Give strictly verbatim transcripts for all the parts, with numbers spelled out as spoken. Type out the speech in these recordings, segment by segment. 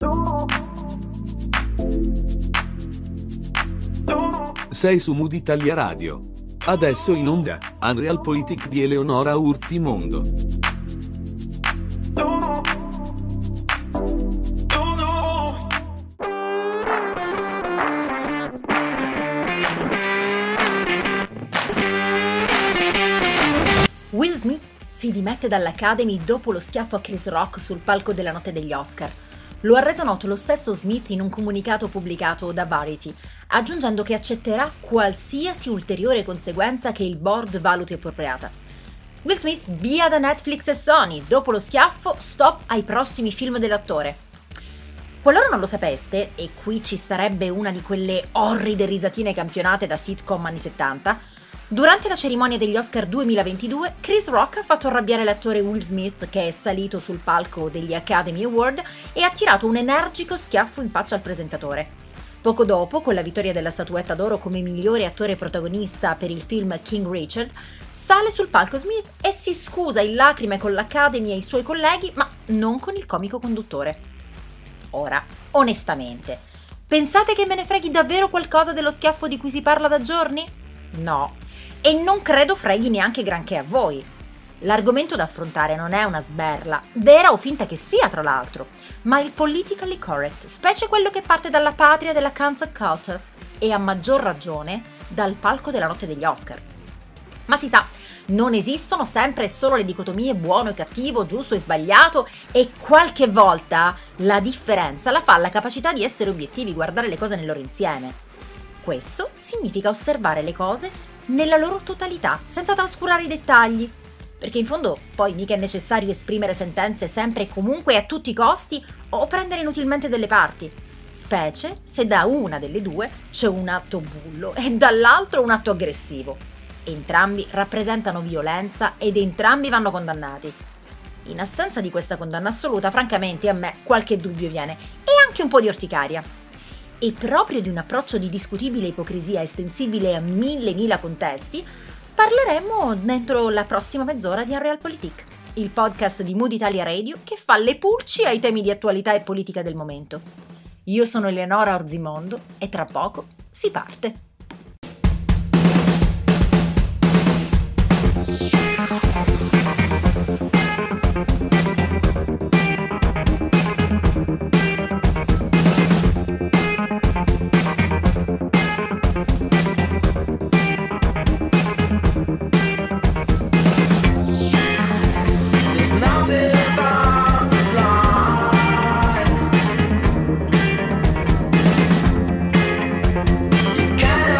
Sei su Mood Italia Radio. Adesso in onda, Unrealpolitik di Eleonora Urzimondo. Will Smith si dimette dall'Academy dopo lo schiaffo a Chris Rock sul palco della notte degli Oscar. Lo ha reso noto lo stesso Smith in un comunicato pubblicato da Variety, aggiungendo che accetterà qualsiasi ulteriore conseguenza che il board valuti appropriata. Will Smith via da Netflix e Sony, dopo lo schiaffo, stop ai prossimi film dell'attore. Qualora non lo sapeste, e qui ci starebbe una di quelle orride risatine campionate da sitcom anni settanta, durante la cerimonia degli Oscar duemilaventidue, Chris Rock ha fatto arrabbiare l'attore Will Smith, che è salito sul palco degli Academy Award e ha tirato un energico schiaffo in faccia al presentatore. Poco dopo, con la vittoria della statuetta d'oro come migliore attore protagonista per il film King Richard, sale sul palco Smith e si scusa in lacrime con l'Academy e i suoi colleghi, ma non con il comico conduttore. Ora, onestamente, pensate che me ne freghi davvero qualcosa dello schiaffo di cui si parla da giorni? No. E non credo freghi neanche granché a voi. L'argomento da affrontare non è una sberla, vera o finta che sia tra l'altro, ma il politically correct, specie quello che parte dalla patria della cancel culture e a maggior ragione dal palco della notte degli Oscar. Ma si sa, non esistono sempre solo le dicotomie buono e cattivo, giusto e sbagliato, e qualche volta la differenza la fa la capacità di essere obiettivi, guardare le cose nel loro insieme. Questo significa osservare le cose nella loro totalità, senza trascurare i dettagli, perché in fondo poi mica è necessario esprimere sentenze sempre e comunque a tutti i costi o prendere inutilmente delle parti, specie se da una delle due c'è un atto bullo e dall'altro un atto aggressivo. Entrambi rappresentano violenza ed entrambi vanno condannati. In assenza di questa condanna assoluta, francamente a me qualche dubbio viene, e anche un po' di orticaria. E proprio di un approccio di discutibile ipocrisia estensibile a mille mila contesti, parleremo dentro la prossima mezz'ora di Unrealpolitik, il podcast di Mood Italia Radio che fa le pulci ai temi di attualità e politica del momento. Io sono Eleonora Urzimondo e tra poco si parte. Kind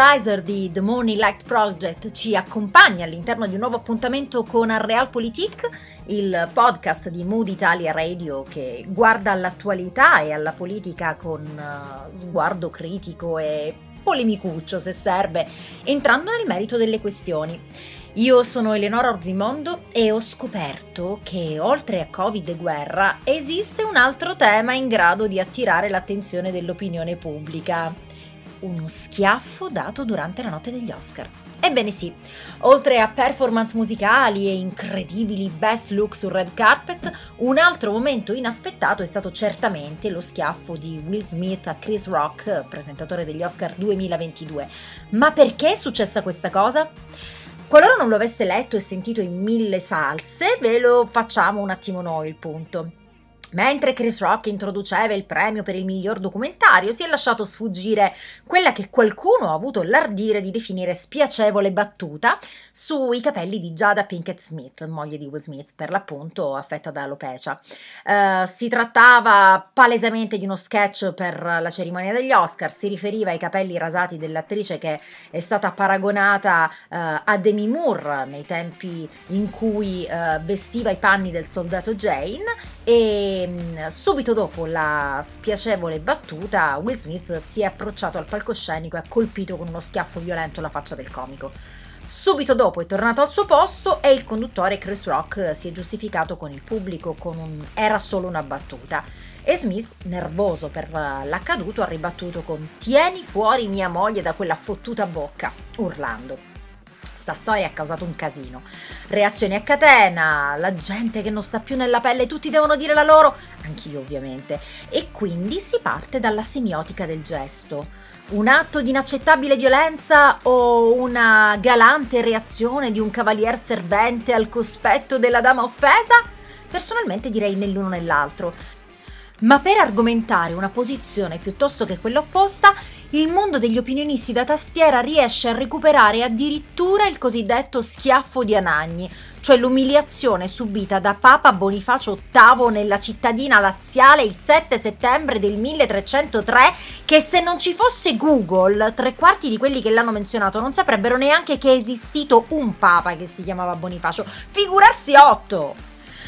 Equalizer di The Money Light Project ci accompagna all'interno di un nuovo appuntamento con Realpolitik, il podcast di Mood Italia Radio che guarda all'attualità e alla politica con uh, sguardo critico e polemicuccio, se serve, entrando nel merito delle questioni. Io sono Eleonora Orzimondo e ho scoperto che oltre a Covid e guerra esiste un altro tema in grado di attirare l'attenzione dell'opinione pubblica. Uno schiaffo dato durante la notte degli Oscar. Ebbene sì, oltre a performance musicali e incredibili best look sul red carpet, un altro momento inaspettato è stato certamente lo schiaffo di Will Smith a Chris Rock, presentatore degli Oscar duemilaventidue. Ma perché è successa questa cosa? Qualora non lo aveste letto e sentito in mille salse, ve lo facciamo un attimo noi il punto. Mentre Chris Rock introduceva il premio per il miglior documentario, si è lasciato sfuggire quella che qualcuno ha avuto l'ardire di definire spiacevole battuta sui capelli di Jada Pinkett Smith, moglie di Will Smith, per l'appunto affetta da alopecia. Uh, si trattava palesemente di uno sketch per la cerimonia degli Oscar, si riferiva ai capelli rasati dell'attrice che è stata paragonata uh, a Demi Moore nei tempi in cui uh, vestiva i panni del soldato Jane, e subito dopo la spiacevole battuta Will Smith si è approcciato al palcoscenico e ha colpito con uno schiaffo violento la faccia del comico. Subito dopo è tornato al suo posto e il conduttore Chris Rock si è giustificato con il pubblico con un "era solo una battuta", e Smith, nervoso per l'accaduto, ha ribattuto con "tieni fuori mia moglie da quella fottuta bocca", urlando. Sta storia ha causato un casino, reazioni a catena, la gente che non sta più nella pelle, tutti devono dire la loro, anch'io ovviamente, e quindi si parte dalla semiotica del gesto. Un atto di inaccettabile violenza o una galante reazione di un cavalier servente al cospetto della dama offesa? Personalmente direi né l'uno né l'altro. Ma per argomentare una posizione piuttosto che quella opposta, il mondo degli opinionisti da tastiera riesce a recuperare addirittura il cosiddetto schiaffo di Anagni, cioè l'umiliazione subita da Papa Bonifacio ottavo nella cittadina laziale il sette settembre del milletrecentotre, che se non ci fosse Google, tre quarti di quelli che l'hanno menzionato non saprebbero neanche che è esistito un Papa che si chiamava Bonifacio, figurarsi otto!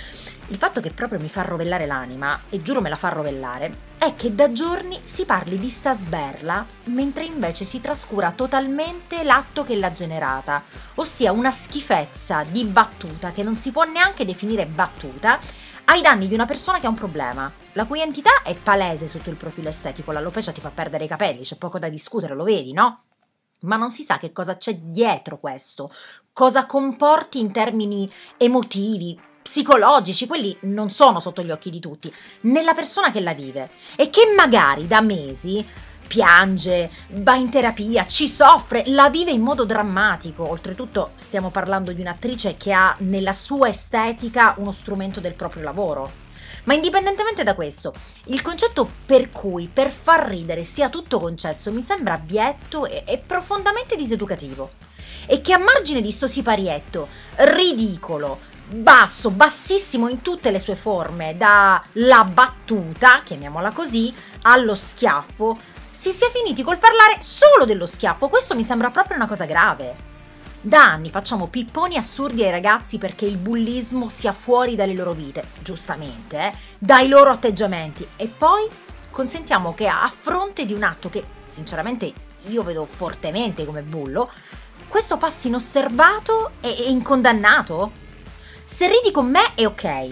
Il fatto che proprio mi fa rovellare l'anima, e giuro me la fa rovellare, è che da giorni si parli di sta sberla, mentre invece si trascura totalmente l'atto che l'ha generata, ossia una schifezza di battuta che non si può neanche definire battuta, ai danni di una persona che ha un problema, la cui entità è palese sotto il profilo estetico. L'alopecia ti fa perdere i capelli, c'è poco da discutere, lo vedi, no? Ma non si sa che cosa c'è dietro questo, cosa comporti in termini emotivi, psicologici, quelli non sono sotto gli occhi di tutti, nella persona che la vive e che magari da mesi piange, va in terapia, ci soffre, la vive in modo drammatico. Oltretutto stiamo parlando di un'attrice che ha nella sua estetica uno strumento del proprio lavoro. Ma indipendentemente da questo, il concetto per cui per far ridere sia tutto concesso mi sembra abietto e, e profondamente diseducativo, e che a margine di sto siparietto ridicolo, basso, bassissimo in tutte le sue forme, dalla battuta, chiamiamola così, allo schiaffo, si sia finiti col parlare solo dello schiaffo. Questo mi sembra proprio una cosa grave. Da anni facciamo pipponi assurdi ai ragazzi perché il bullismo sia fuori dalle loro vite, giustamente, eh, dai loro atteggiamenti, e poi consentiamo che a fronte di un atto che sinceramente io vedo fortemente come bullo, questo passi inosservato e, e incondannato. Se ridi con me è ok,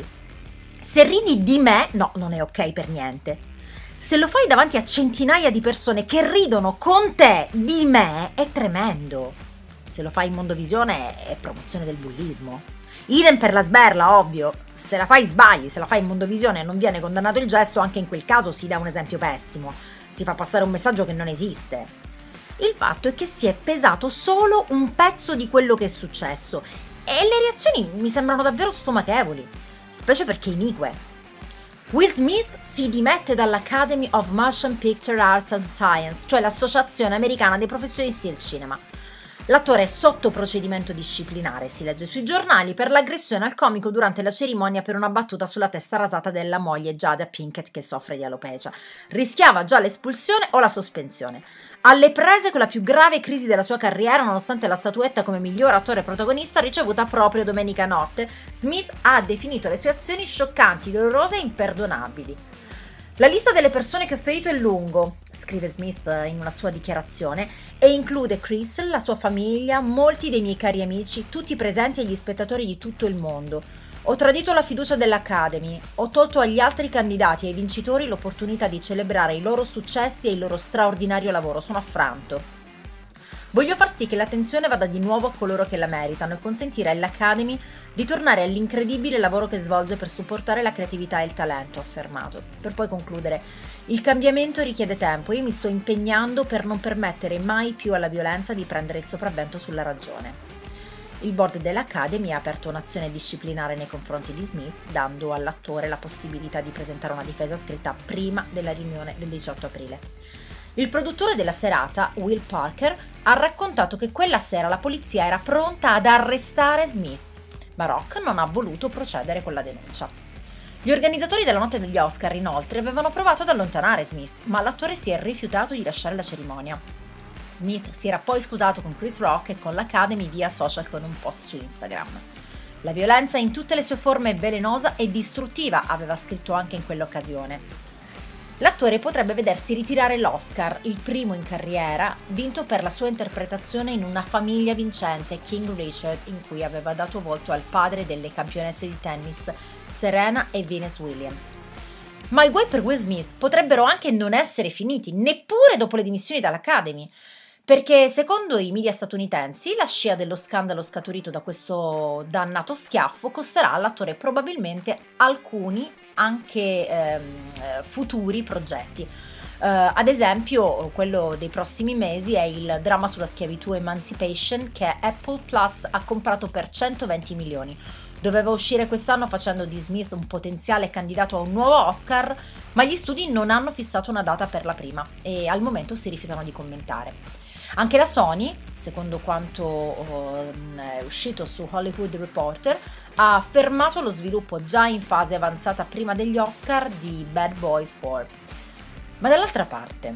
se ridi di me no, non è ok per niente. Se lo fai davanti a centinaia di persone che ridono con te di me è tremendo. Se lo fai in Mondovisione è promozione del bullismo. Idem per la sberla, ovvio. Se la fai sbagli, se la fai in Mondovisione e non viene condannato il gesto, anche in quel caso si dà un esempio pessimo, si fa passare un messaggio che non esiste. Il fatto è che si è pesato solo un pezzo di quello che è successo e le reazioni mi sembrano davvero stomachevoli, specie perché inique. Will Smith si dimette dall'Academy of Motion Picture Arts and Science, cioè l'associazione americana dei professionisti del cinema. L'attore è sotto procedimento disciplinare, si legge sui giornali, per l'aggressione al comico durante la cerimonia per una battuta sulla testa rasata della moglie Jada Pinkett che soffre di alopecia. Rischiava già l'espulsione o la sospensione. Alle prese con la più grave crisi della sua carriera, nonostante la statuetta come miglior attore protagonista ricevuta proprio domenica notte, Smith ha definito le sue azioni scioccanti, dolorose e imperdonabili. La lista delle persone che ho ferito è lungo, scrive Smith in una sua dichiarazione, e include Chris, la sua famiglia, molti dei miei cari amici, tutti presenti e gli spettatori di tutto il mondo. Ho tradito la fiducia dell'Academy, ho tolto agli altri candidati e ai vincitori l'opportunità di celebrare i loro successi e il loro straordinario lavoro, sono affranto. Voglio far sì che l'attenzione vada di nuovo a coloro che la meritano e consentire all'Academy di tornare all'incredibile lavoro che svolge per supportare la creatività e il talento, ha affermato. Per poi concludere, il cambiamento richiede tempo e io mi sto impegnando per non permettere mai più alla violenza di prendere il sopravvento sulla ragione. Il board dell'Academy ha aperto un'azione disciplinare nei confronti di Smith, dando all'attore la possibilità di presentare una difesa scritta prima della riunione del diciotto aprile. Il produttore della serata, Will Parker, ha raccontato che quella sera la polizia era pronta ad arrestare Smith, ma Rock non ha voluto procedere con la denuncia. Gli organizzatori della notte degli Oscar, inoltre, avevano provato ad allontanare Smith, ma l'attore si è rifiutato di lasciare la cerimonia. Smith si era poi scusato con Chris Rock e con l'Academy via social con un post su Instagram. La violenza in tutte le sue forme è velenosa e distruttiva, aveva scritto anche in quell'occasione. L'attore potrebbe vedersi ritirare l'Oscar, il primo in carriera, vinto per la sua interpretazione in Una famiglia vincente, King Richard, in cui aveva dato volto al padre delle campionesse di tennis, Serena e Venus Williams. Ma i guai per Will Smith potrebbero anche non essere finiti, neppure dopo le dimissioni dall'Academy, perché secondo i media statunitensi la scia dello scandalo scaturito da questo dannato schiaffo costerà all'attore probabilmente alcuni anche ehm, futuri progetti. Uh, ad esempio, quello dei prossimi mesi è il dramma sulla schiavitù Emancipation che Apple Plus ha comprato per centoventi milioni. Doveva uscire quest'anno facendo di Smith un potenziale candidato a un nuovo Oscar, ma gli studi non hanno fissato una data per la prima e al momento si rifiutano di commentare. Anche la Sony, secondo quanto um, è uscito su Hollywood Reporter, ha fermato lo sviluppo già in fase avanzata prima degli Oscar di Bad Boys quattro. Ma dall'altra parte,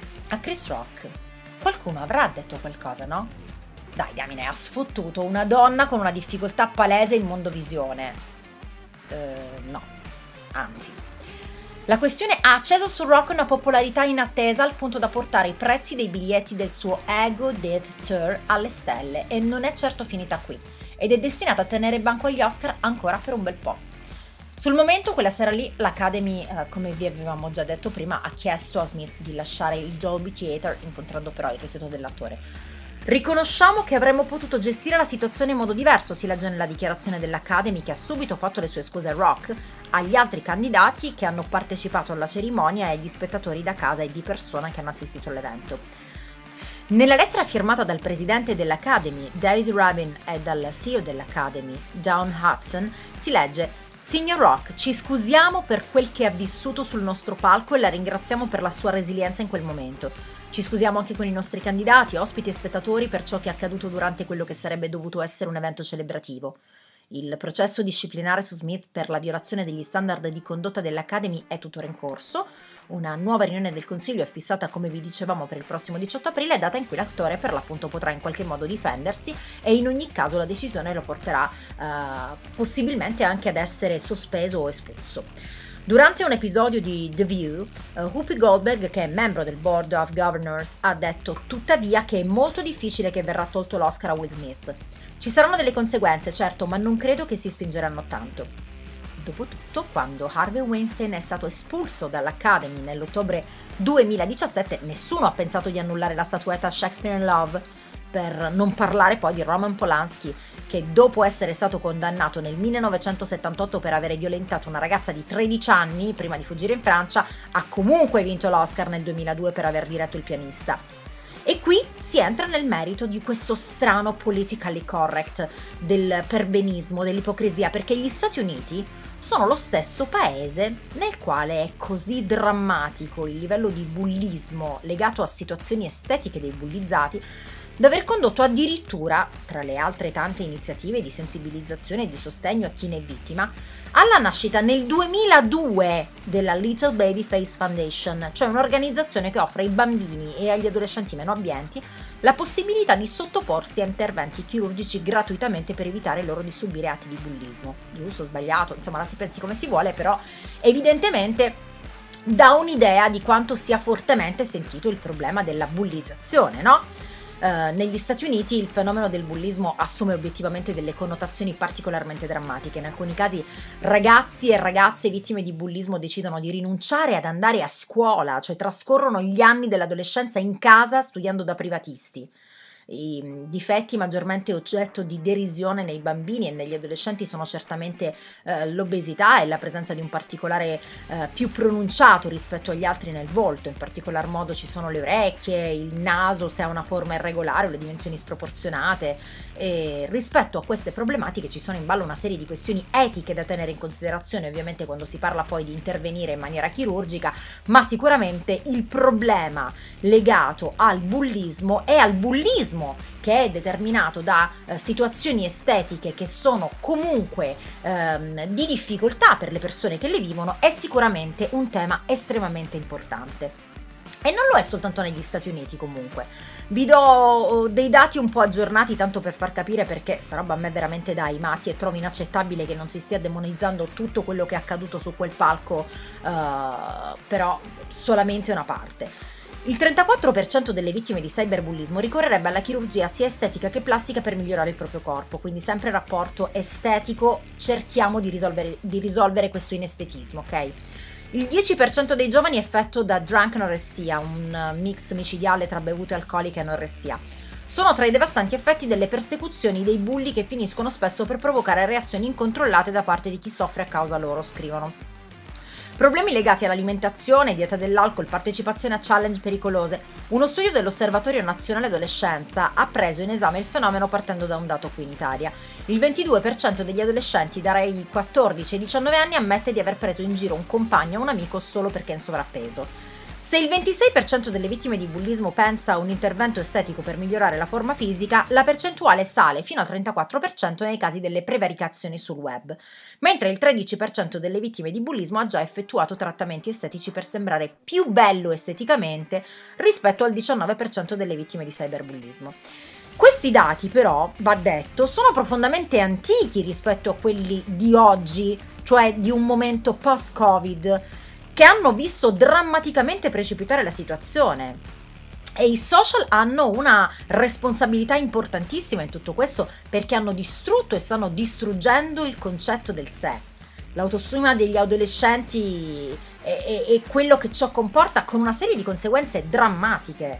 a Chris Rock qualcuno avrà detto qualcosa, no? Dai, diamine, ha sfottuto una donna con una difficoltà palese in mondovisione. Eh, no, anzi. La questione ha acceso su Rock una popolarità inattesa al punto da portare i prezzi dei biglietti del suo Ego Death Tour alle stelle e non è certo finita qui ed è destinata a tenere banco agli Oscar ancora per un bel po'. Sul momento, quella sera lì, l'Academy, eh, come vi avevamo già detto prima, ha chiesto a Smith di lasciare il Dolby Theatre, incontrando però il rifiuto dell'attore. Riconosciamo che avremmo potuto gestire la situazione in modo diverso, si legge nella dichiarazione dell'Academy che ha subito fatto le sue scuse a Rock, agli altri candidati che hanno partecipato alla cerimonia e agli spettatori da casa e di persona che hanno assistito all'evento. Nella lettera firmata dal presidente dell'Academy, David Rabin, e dal C E O dell'Academy, Dawn Hudson, si legge: Signor Rock, ci scusiamo per quel che ha vissuto sul nostro palco e la ringraziamo per la sua resilienza in quel momento. Ci scusiamo anche con i nostri candidati, ospiti e spettatori per ciò che è accaduto durante quello che sarebbe dovuto essere un evento celebrativo. Il processo disciplinare su Smith per la violazione degli standard di condotta dell'Academy è tuttora in corso. Una nuova riunione del Consiglio è fissata, come vi dicevamo, per il prossimo diciotto aprile, data in cui l'attore per l'appunto potrà in qualche modo difendersi e in ogni caso la decisione lo porterà uh, possibilmente anche ad essere sospeso o espulso. Durante un episodio di The View, uh, Whoopi Goldberg, che è membro del Board of Governors, ha detto tuttavia che è molto difficile che verrà tolto l'Oscar a Will Smith. Ci saranno delle conseguenze, certo, ma non credo che si spingeranno tanto. Dopotutto, quando Harvey Weinstein è stato espulso dall'Academy nell'ottobre duemiladiciassette, nessuno ha pensato di annullare la statuetta Shakespeare in Love, per non parlare poi di Roman Polanski, che dopo essere stato condannato nel millenovecentosettantotto per avere violentato una ragazza di tredici anni prima di fuggire in Francia, ha comunque vinto l'Oscar nel duemiladue per aver diretto Il pianista. E qui si entra nel merito di questo strano politically correct, del perbenismo, dell'ipocrisia, perché gli Stati Uniti sono lo stesso paese nel quale è così drammatico il livello di bullismo legato a situazioni estetiche dei bullizzati, d'aver condotto addirittura, tra le altre tante iniziative di sensibilizzazione e di sostegno a chi ne è vittima, alla nascita nel duemiladue della Little Baby Face Foundation, cioè un'organizzazione che offre ai bambini e agli adolescenti meno abbienti la possibilità di sottoporsi a interventi chirurgici gratuitamente per evitare loro di subire atti di bullismo. Giusto, sbagliato, insomma la si pensi come si vuole, però evidentemente dà un'idea di quanto sia fortemente sentito il problema della bullizzazione, no? Uh, negli Stati Uniti il fenomeno del bullismo assume obiettivamente delle connotazioni particolarmente drammatiche. In alcuni casi ragazzi e ragazze vittime di bullismo decidono di rinunciare ad andare a scuola, cioè trascorrono gli anni dell'adolescenza in casa studiando da privatisti. I difetti maggiormente oggetto di derisione nei bambini e negli adolescenti sono certamente eh, l'obesità e la presenza di un particolare eh, più pronunciato rispetto agli altri nel volto. In particolar modo ci sono le orecchie, il naso se ha una forma irregolare o le dimensioni sproporzionate, e rispetto a queste problematiche ci sono in ballo una serie di questioni etiche da tenere in considerazione, ovviamente quando si parla poi di intervenire in maniera chirurgica, ma sicuramente il problema legato al bullismo e al bullismo che è determinato da eh, situazioni estetiche che sono comunque ehm, di difficoltà per le persone che le vivono, è sicuramente un tema estremamente importante. E non lo è soltanto negli Stati Uniti comunque. Vi do dei dati un po' aggiornati tanto per far capire perché sta roba a me veramente dà i matti e trovo inaccettabile che non si stia demonizzando tutto quello che è accaduto su quel palco, uh, però solamente una parte. Il trentaquattro per cento delle vittime di cyberbullismo ricorrerebbe alla chirurgia sia estetica che plastica per migliorare il proprio corpo, quindi sempre rapporto estetico, cerchiamo di risolvere, di risolvere questo inestetismo, ok? Il dieci per cento dei giovani è affetto da drunk anoressia, un mix micidiale tra bevute alcoliche e anoressia. Sono tra i devastanti effetti delle persecuzioni dei bulli che finiscono spesso per provocare reazioni incontrollate da parte di chi soffre a causa loro, scrivono. Problemi legati all'alimentazione, dieta dell'alcol, partecipazione a challenge pericolose. Uno studio dell'Osservatorio Nazionale Adolescenza ha preso in esame il fenomeno partendo da un dato qui in Italia. Il ventidue per cento degli adolescenti tra i quattordici e i diciannove anni ammette di aver preso in giro un compagno o un amico solo perché è in sovrappeso. Se il ventisei per cento delle vittime di bullismo pensa a un intervento estetico per migliorare la forma fisica, la percentuale sale fino al trentaquattro per cento nei casi delle prevaricazioni sul web, mentre il tredici per cento delle vittime di bullismo ha già effettuato trattamenti estetici per sembrare più bello esteticamente rispetto al diciannove per cento delle vittime di cyberbullismo. Questi dati però, va detto, sono profondamente antichi rispetto a quelli di oggi, cioè di un momento post-Covid, che hanno visto drammaticamente precipitare la situazione. E i social hanno una responsabilità importantissima in tutto questo perché hanno distrutto e stanno distruggendo il concetto del sé. L'autostima degli adolescenti e, e, e quello che ciò comporta con una serie di conseguenze drammatiche.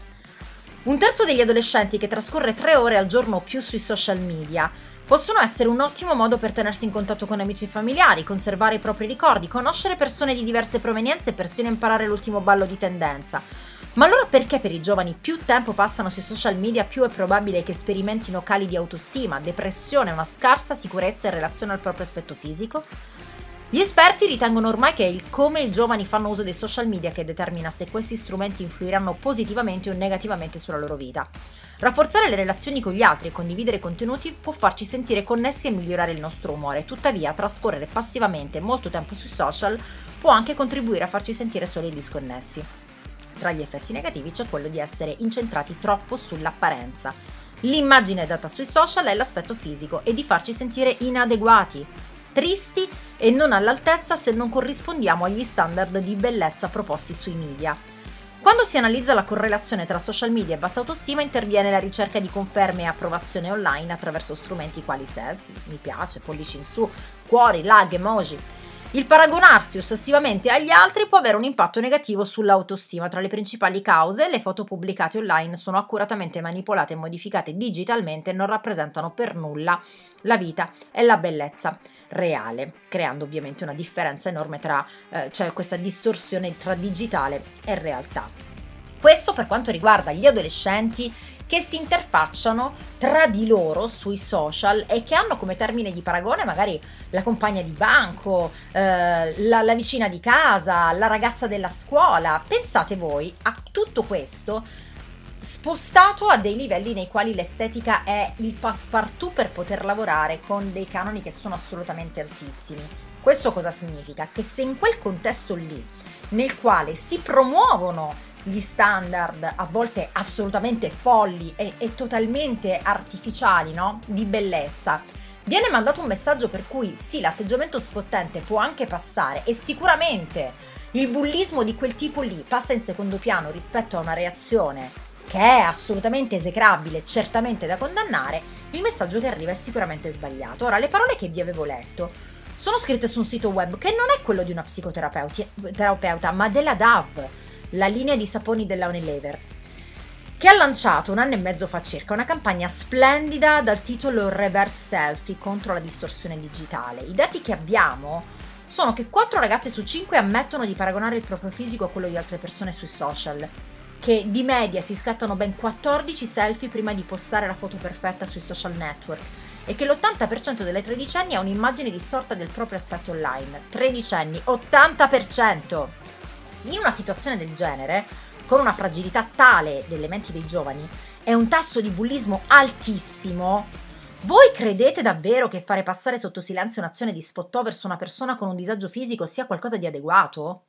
Un terzo degli adolescenti che trascorre tre ore al giorno o più sui social media possono essere un ottimo modo per tenersi in contatto con amici e familiari, conservare i propri ricordi, conoscere persone di diverse provenienze e persino imparare l'ultimo ballo di tendenza. Ma allora perché per i giovani più tempo passano sui social media, più è probabile che sperimentino cali di autostima, depressione e una scarsa sicurezza in relazione al proprio aspetto fisico? Gli esperti ritengono ormai che è il come i giovani fanno uso dei social media che determina se questi strumenti influiranno positivamente o negativamente sulla loro vita. Rafforzare le relazioni con gli altri e condividere contenuti può farci sentire connessi e migliorare il nostro umore, tuttavia trascorrere passivamente molto tempo sui social può anche contribuire a farci sentire soli e disconnessi. Tra gli effetti negativi c'è quello di essere incentrati troppo sull'apparenza. L'immagine data sui social è l'aspetto fisico e di farci sentire inadeguati, tristi e non all'altezza se non corrispondiamo agli standard di bellezza proposti sui media. Quando si analizza la correlazione tra social media e bassa autostima, interviene la ricerca di conferme e approvazione online attraverso strumenti quali selfie, mi piace, pollici in su, cuori, lag, emoji. Il paragonarsi ossessivamente agli altri può avere un impatto negativo sull'autostima. Tra le principali cause, le foto pubblicate online sono accuratamente manipolate e modificate digitalmente e non rappresentano per nulla la vita e la bellezza reale, creando ovviamente una differenza enorme tra, eh, cioè questa distorsione tra digitale e realtà. Questo per quanto riguarda gli adolescenti che si interfacciano tra di loro sui social e che hanno come termine di paragone magari la compagna di banco, eh, la, la vicina di casa, la ragazza della scuola. Pensate voi a tutto questo spostato a dei livelli nei quali l'estetica è il passepartout per poter lavorare con dei canoni che sono assolutamente altissimi. Questo cosa significa? Che se in quel contesto lì, nel quale si promuovono gli standard a volte assolutamente folli e, e totalmente artificiali, no? Di bellezza, viene mandato un messaggio per cui sì, l'atteggiamento sfottente può anche passare e sicuramente il bullismo di quel tipo lì passa in secondo piano rispetto a una reazione che è assolutamente esecrabile, certamente da condannare, il messaggio che arriva è sicuramente sbagliato. Ora, le parole che vi avevo letto sono scritte su un sito web che non è quello di una psicoterapeuta, ma della Dove, la linea di saponi della Unilever, che ha lanciato un anno e mezzo fa circa una campagna splendida dal titolo Reverse Selfie contro la distorsione digitale. I dati che abbiamo sono che quattro ragazze su cinque ammettono di paragonare il proprio fisico a quello di altre persone sui social, che di media si scattano ben quattordici selfie prima di postare la foto perfetta sui social network e che l'ottanta per cento delle tredicenni ha un'immagine distorta del proprio aspetto online. Tredicenni, ottanta per cento! In una situazione del genere, con una fragilità tale delle menti dei giovani e un tasso di bullismo altissimo, voi credete davvero che fare passare sotto silenzio un'azione di sfottò verso una persona con un disagio fisico sia qualcosa di adeguato?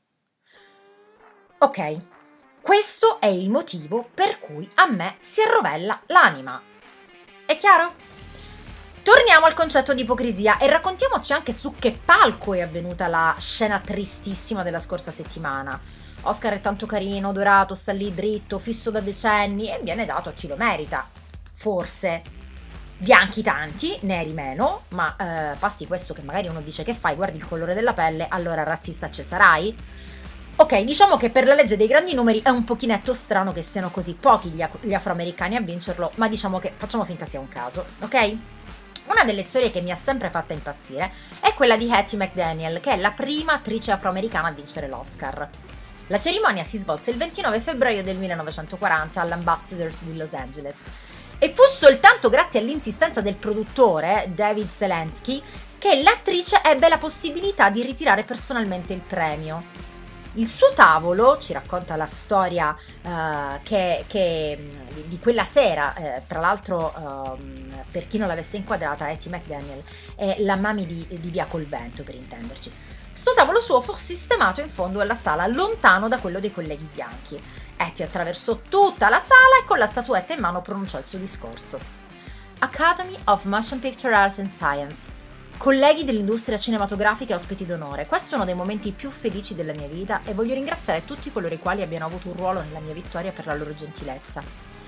Ok. Questo è il motivo per cui a me si arrovella l'anima. È chiaro? Torniamo al concetto di ipocrisia e raccontiamoci anche su che palco è avvenuta la scena tristissima della scorsa settimana. Oscar è tanto carino, dorato, sta lì dritto, fisso da decenni e viene dato a chi lo merita. Forse. Bianchi tanti, neri meno, ma eh, passi questo che magari uno dice che fai, guardi il colore della pelle, allora razzista ci sarai? Ok, diciamo che per la legge dei grandi numeri è un pochinetto strano che siano così pochi gli, gli afroamericani a vincerlo, ma diciamo che facciamo finta sia un caso, ok? Una delle storie che mi ha sempre fatta impazzire è quella di Hattie McDaniel, che è la prima attrice afroamericana a vincere l'Oscar. La cerimonia si svolse il ventinove febbraio del millenovecentoquaranta all'Ambassador di Los Angeles e fu soltanto grazie all'insistenza del produttore, David Zelensky, che l'attrice ebbe la possibilità di ritirare personalmente il premio. Il suo tavolo, ci racconta la storia uh, che, che, di quella sera, eh, tra l'altro uh, per chi non l'avesse inquadrata, Hattie McDaniel è la mami di, di Via col Vento, per intenderci. Sto tavolo suo fu sistemato in fondo alla sala, lontano da quello dei colleghi bianchi. Hattie attraversò tutta la sala e con la statuetta in mano pronunciò il suo discorso. Academy of Motion Picture Arts and Science. Colleghi dell'industria cinematografica e ospiti d'onore, questo è uno dei momenti più felici della mia vita e voglio ringraziare tutti coloro i quali abbiano avuto un ruolo nella mia vittoria per la loro gentilezza.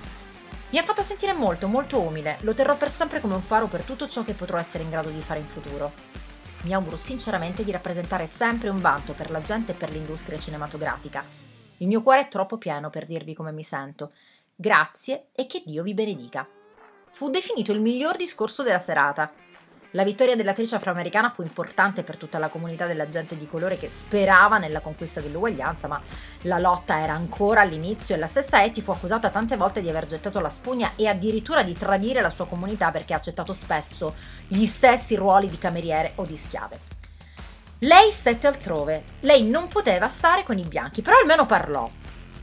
Mi ha fatto sentire molto, molto umile, lo terrò per sempre come un faro per tutto ciò che potrò essere in grado di fare in futuro. Mi auguro sinceramente di rappresentare sempre un vanto per la gente e per l'industria cinematografica. Il mio cuore è troppo pieno per dirvi come mi sento. Grazie e che Dio vi benedica. Fu definito il miglior discorso della serata. La vittoria dell'attrice afroamericana fu importante per tutta la comunità della gente di colore che sperava nella conquista dell'uguaglianza, ma la lotta era ancora all'inizio e la stessa Hattie fu accusata tante volte di aver gettato la spugna e addirittura di tradire la sua comunità perché ha accettato spesso gli stessi ruoli di cameriere o di schiave. Lei stette altrove, lei non poteva stare con i bianchi, però almeno parlò.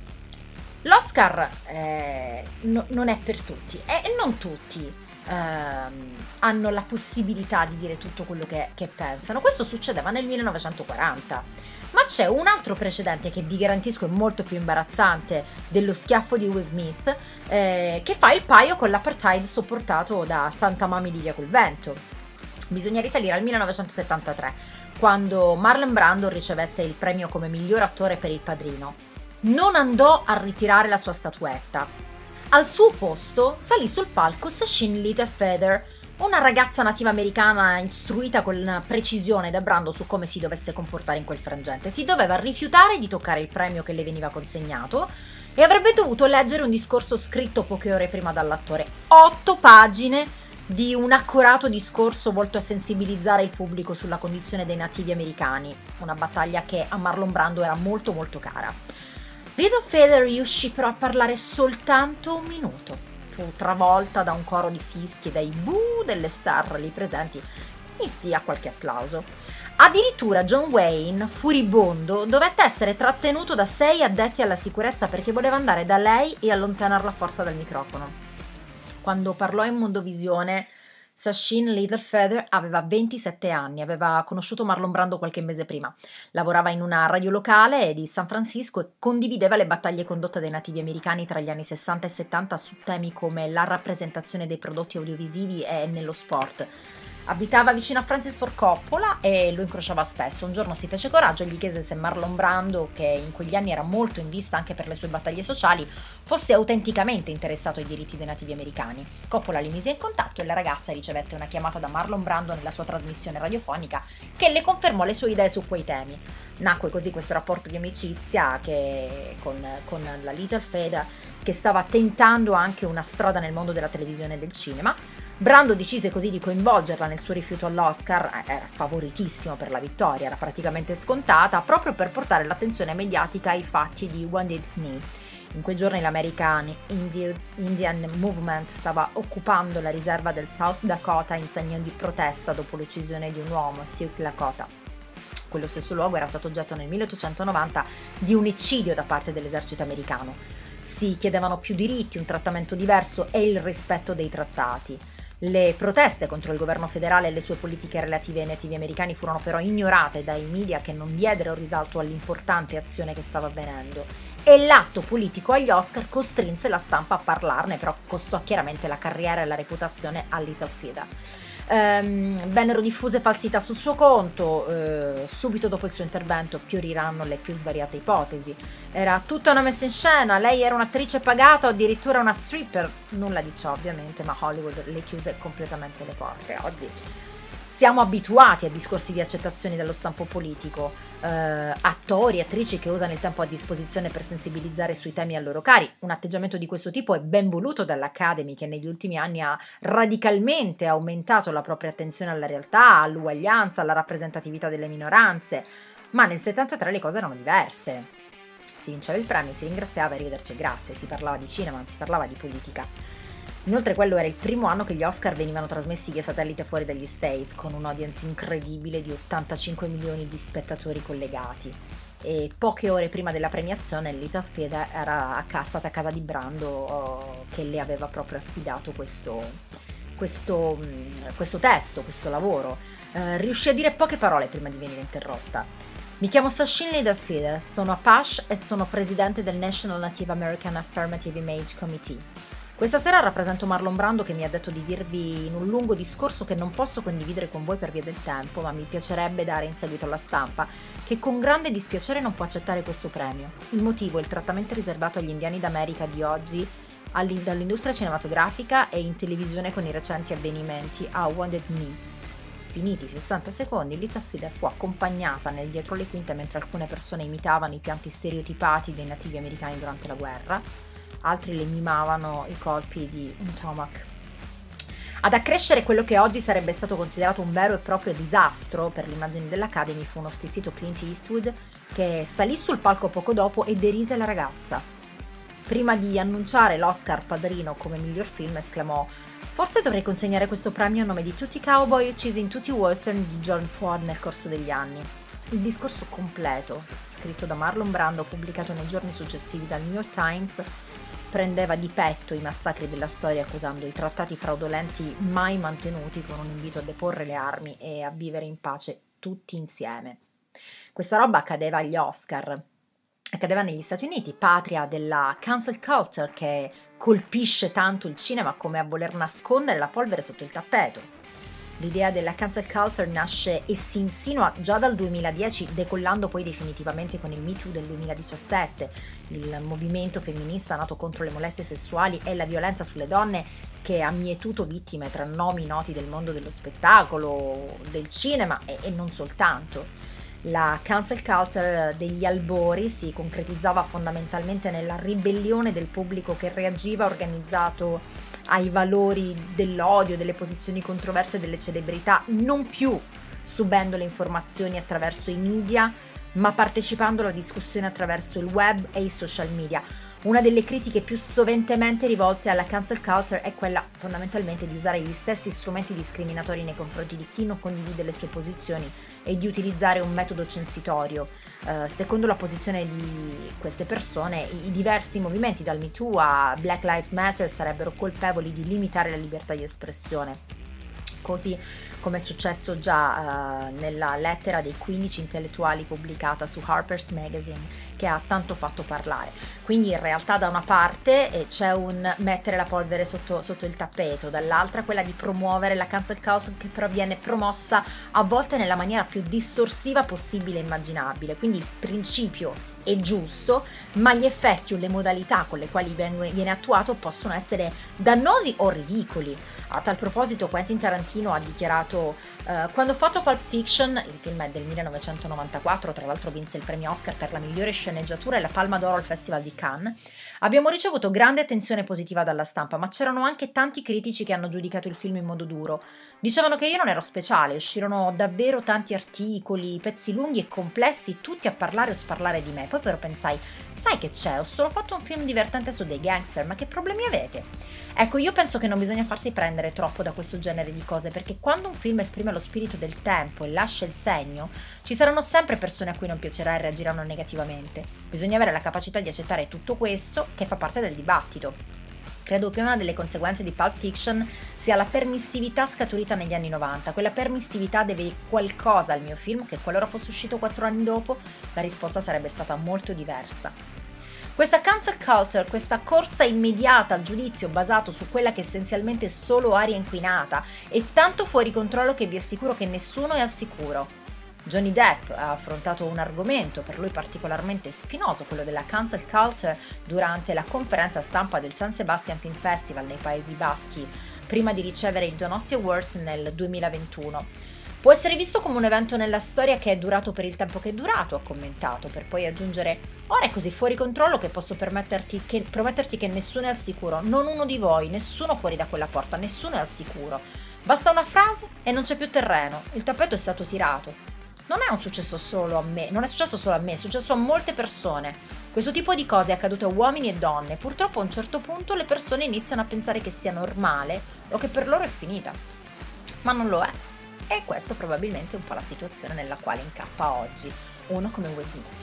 L'Oscar eh, no, non è per tutti e non tutti Ehm, hanno la possibilità di dire tutto quello che, che pensano. Questo succedeva nel millenovecentoquaranta, ma c'è un altro precedente che vi garantisco è molto più imbarazzante dello schiaffo di Will Smith, eh, che fa il paio con l'apartheid sopportato da Santa Mami di Via col Vento. Bisogna risalire al millenovecentosettantatré, quando Marlon Brando ricevette il premio come miglior attore per Il Padrino. Non andò a ritirare la sua statuetta. Al suo posto salì sul palco Sashin Littlefeather, una ragazza nativa americana istruita con precisione da Brando su come si dovesse comportare in quel frangente. Si doveva rifiutare di toccare il premio che le veniva consegnato e avrebbe dovuto leggere un discorso scritto poche ore prima dall'attore. Otto pagine di un accurato discorso volto a sensibilizzare il pubblico sulla condizione dei nativi americani, una battaglia che a Marlon Brando era molto molto cara. Littlefeather riuscì però a parlare soltanto un minuto. Fu travolta da un coro di fischi e dai buh delle star lì presenti, misti a qualche applauso. Addirittura John Wayne, furibondo, dovette essere trattenuto da sei addetti alla sicurezza perché voleva andare da lei e allontanarla a forza dal microfono. Quando parlò in Mondovisione, Sacheen Littlefeather aveva ventisette anni, aveva conosciuto Marlon Brando qualche mese prima. Lavorava in una radio locale di San Francisco e condivideva le battaglie condotte dai nativi americani tra gli anni sessanta e settanta su temi come la rappresentazione dei prodotti audiovisivi e nello sport. Abitava vicino a Francis Ford Coppola e lo incrociava spesso. Un giorno si fece coraggio e gli chiese se Marlon Brando, che in quegli anni era molto in vista anche per le sue battaglie sociali, fosse autenticamente interessato ai diritti dei nativi americani. Coppola li mise in contatto e la ragazza ricevette una chiamata da Marlon Brando nella sua trasmissione radiofonica che le confermò le sue idee su quei temi. Nacque così questo rapporto di amicizia che, con, con la Littlefeather, che stava tentando anche una strada nel mondo della televisione e del cinema. Brando decise così di coinvolgerla nel suo rifiuto all'Oscar, era favoritissimo per la vittoria, era praticamente scontata, proprio per portare l'attenzione mediatica ai fatti di Wounded Knee. In quei giorni l'American Indian Movement stava occupando la riserva del South Dakota in segno di protesta dopo l'uccisione di un uomo, Sioux Lakota. Quello stesso luogo era stato oggetto nel milleottocentonovanta di un eccidio da parte dell'esercito americano. Si chiedevano più diritti, un trattamento diverso e il rispetto dei trattati. Le proteste contro il governo federale e le sue politiche relative ai nativi americani furono però ignorate dai media che non diedero risalto all'importante azione che stava avvenendo e l'atto politico agli Oscar costrinse la stampa a parlarne, però costò chiaramente la carriera e la reputazione a Littlefeather. Um, vennero diffuse falsità sul suo conto, uh, subito dopo il suo intervento fioriranno le più svariate ipotesi. Era tutta una messa in scena, lei era un'attrice pagata o addirittura una stripper, nulla di ciò ovviamente, ma Hollywood le chiuse completamente le porte. Oggi siamo abituati a discorsi di accettazioni dello stampo politico, eh, attori, attrici che usano il tempo a disposizione per sensibilizzare sui temi a loro cari. Un atteggiamento di questo tipo è ben voluto dall'Academy, che negli ultimi anni ha radicalmente aumentato la propria attenzione alla realtà, all'uguaglianza, alla rappresentatività delle minoranze, ma nel settantatré le cose erano diverse. Si vinceva il premio, si ringraziava e arrivederci e grazie, si parlava di cinema, non si parlava di politica. Inoltre quello era il primo anno che gli Oscar venivano trasmessi via satellite fuori dagli States, con un'audience incredibile di ottantacinque milioni di spettatori collegati. E poche ore prima della premiazione Littlefeather era a casa, stata a casa di Brando, oh, che le aveva proprio affidato questo, questo, questo testo, questo lavoro. Eh, riuscì a dire poche parole prima di venire interrotta. Mi chiamo Sacheen Littlefeather, sono Apache e sono presidente del National Native American Affirmative Image Committee. Questa sera rappresento Marlon Brando, che mi ha detto di dirvi in un lungo discorso che non posso condividere con voi per via del tempo, ma mi piacerebbe dare in seguito alla stampa, che con grande dispiacere non può accettare questo premio. Il motivo è il trattamento riservato agli indiani d'America di oggi dall'industria cinematografica e in televisione con i recenti avvenimenti a Wounded Knee. Finiti i sessanta secondi, Littlefeather fu accompagnata nel dietro le quinte mentre alcune persone imitavano i pianti stereotipati dei nativi americani durante la guerra, altri le mimavano i colpi di un tomahawk. Ad accrescere quello che oggi sarebbe stato considerato un vero e proprio disastro per l'immagine dell'Academy fu uno stizzito Clint Eastwood che salì sul palco poco dopo e derise la ragazza. Prima di annunciare l'Oscar Padrino come miglior film esclamò: "Forse dovrei consegnare questo premio a nome di tutti i cowboy uccisi in tutti i western di John Ford nel corso degli anni." Il discorso completo, scritto da Marlon Brando, pubblicato nei giorni successivi dal New York Times, prendeva di petto i massacri della storia, accusando i trattati fraudolenti mai mantenuti, con un invito a deporre le armi e a vivere in pace tutti insieme. Questa roba accadeva agli Oscar, accadeva negli Stati Uniti, patria della cancel culture che colpisce tanto il cinema come a voler nascondere la polvere sotto il tappeto. L'idea della cancel culture nasce e si insinua già dal duemiladieci, decollando poi definitivamente con il Me Too del duemiladiciassette, il movimento femminista nato contro le molestie sessuali e la violenza sulle donne che ha mietuto vittime tra nomi noti del mondo dello spettacolo, del cinema e, e non soltanto. La cancel culture degli albori si concretizzava fondamentalmente nella ribellione del pubblico che reagiva organizzato ai valori dell'odio, delle posizioni controverse delle celebrità, non più subendo le informazioni attraverso i media, ma partecipando alla discussione attraverso il web e i social media. Una delle critiche più soventemente rivolte alla cancel culture è quella fondamentalmente di usare gli stessi strumenti discriminatori nei confronti di chi non condivide le sue posizioni e di utilizzare un metodo censitorio. Uh, secondo la posizione di queste persone, i diversi movimenti dal Me Too a Black Lives Matter sarebbero colpevoli di limitare la libertà di espressione, così come è successo già uh, nella lettera dei quindici intellettuali pubblicata su Harper's Magazine, che ha tanto fatto parlare. Quindi in realtà da una parte eh, c'è un mettere la polvere sotto, sotto il tappeto, dall'altra quella di promuovere la cancel culture, che però viene promossa a volte nella maniera più distorsiva possibile e immaginabile. Quindi il principio è giusto, ma gli effetti o le modalità con le quali viene attuato possono essere dannosi o ridicoli. A tal proposito Quentin Tarantino ha dichiarato: uh, quando ho fatto Pulp Fiction, il film è del millenovecentonovantaquattro, tra l'altro vinse il premio Oscar per la migliore sceneggiatura e la Palma d'Oro al Festival di Cannes, abbiamo ricevuto grande attenzione positiva dalla stampa, ma c'erano anche tanti critici che hanno giudicato il film in modo duro. Dicevano che io non ero speciale, uscirono davvero tanti articoli, pezzi lunghi e complessi, tutti a parlare o sparlare di me. Poi però pensai: sai che c'è, ho solo fatto un film divertente su dei gangster, ma che problemi avete? Ecco, io penso che non bisogna farsi prendere troppo da questo genere di cose, perché quando un film esprime lo spirito del tempo e lascia il segno, ci saranno sempre persone a cui non piacerà e reagiranno negativamente. Bisogna avere la capacità di accettare tutto questo, che fa parte del dibattito. Credo che una delle conseguenze di Pulp Fiction sia la permissività scaturita negli anni novanta. Quella permissività deve qualcosa al mio film, che qualora fosse uscito quattro anni dopo, la risposta sarebbe stata molto diversa. Questa cancel culture, questa corsa immediata al giudizio basato su quella che essenzialmente è solo aria inquinata, è tanto fuori controllo che vi assicuro che nessuno è al sicuro. Johnny Depp ha affrontato un argomento per lui particolarmente spinoso, quello della cancel culture, durante la conferenza stampa del San Sebastian Film Festival nei Paesi Baschi, prima di ricevere il Donossi Awards nel duemilaventuno. Può essere visto come un evento nella storia che è durato per il tempo che è durato, ha commentato, per poi aggiungere: ora è così fuori controllo che posso permetterti che, prometterti che nessuno è al sicuro, non uno di voi, nessuno fuori da quella porta, nessuno è al sicuro. Basta una frase e non c'è più terreno, il tappeto è stato tirato. Non è un successo solo a me, non è successo solo a me, è successo a molte persone. Questo tipo di cose è accaduto a uomini e donne. Purtroppo a un certo punto le persone iniziano a pensare che sia normale o che per loro è finita. Ma non lo è. E questa probabilmente è un po' la situazione nella quale incappa oggi uno come Will Smith.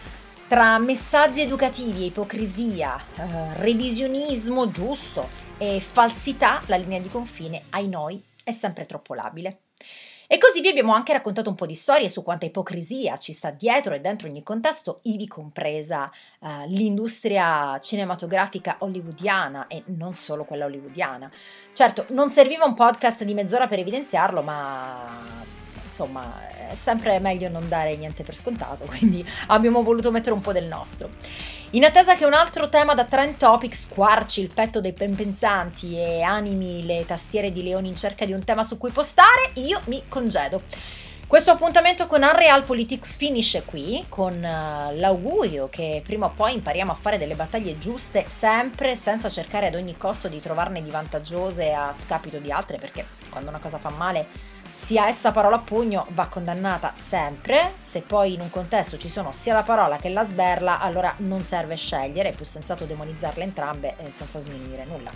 Tra messaggi educativi e ipocrisia, eh, revisionismo giusto e falsità, la linea di confine, ai noi, è sempre troppo labile. E così vi abbiamo anche raccontato un po' di storie su quanta ipocrisia ci sta dietro e dentro ogni contesto, ivi compresa uh, l'industria cinematografica hollywoodiana e non solo quella hollywoodiana. Certo, non serviva un podcast di mezz'ora per evidenziarlo, ma insomma è sempre meglio non dare niente per scontato, quindi abbiamo voluto mettere un po' del nostro. In attesa che un altro tema da Trend Topic squarci il petto dei pensanti e animi le tastiere di leoni in cerca di un tema su cui postare, io mi congedo. Questo appuntamento con Unrealpolitik finisce qui, con uh, l'augurio che prima o poi impariamo a fare delle battaglie giuste, sempre senza cercare ad ogni costo di trovarne di vantaggiose a scapito di altre, perché quando una cosa fa male, sia essa parola a pugno, va condannata sempre. Se poi in un contesto ci sono sia la parola che la sberla, allora non serve scegliere, è più sensato demonizzarle entrambe eh, senza sminuire nulla.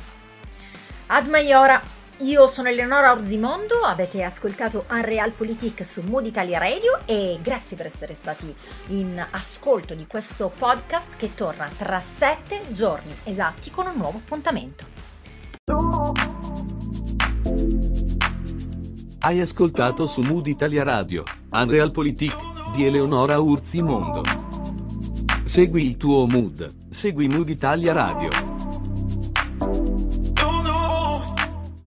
Ad Maiora, io sono Eleonora Orzimondo, avete ascoltato Unrealpolitik su Mood Italia Radio e grazie per essere stati in ascolto di questo podcast che torna tra sette giorni esatti con un nuovo appuntamento. Hai ascoltato su Mood Italia Radio, Unrealpolitik di Eleonora Urzimondo. Segui il tuo mood, segui Mood Italia Radio.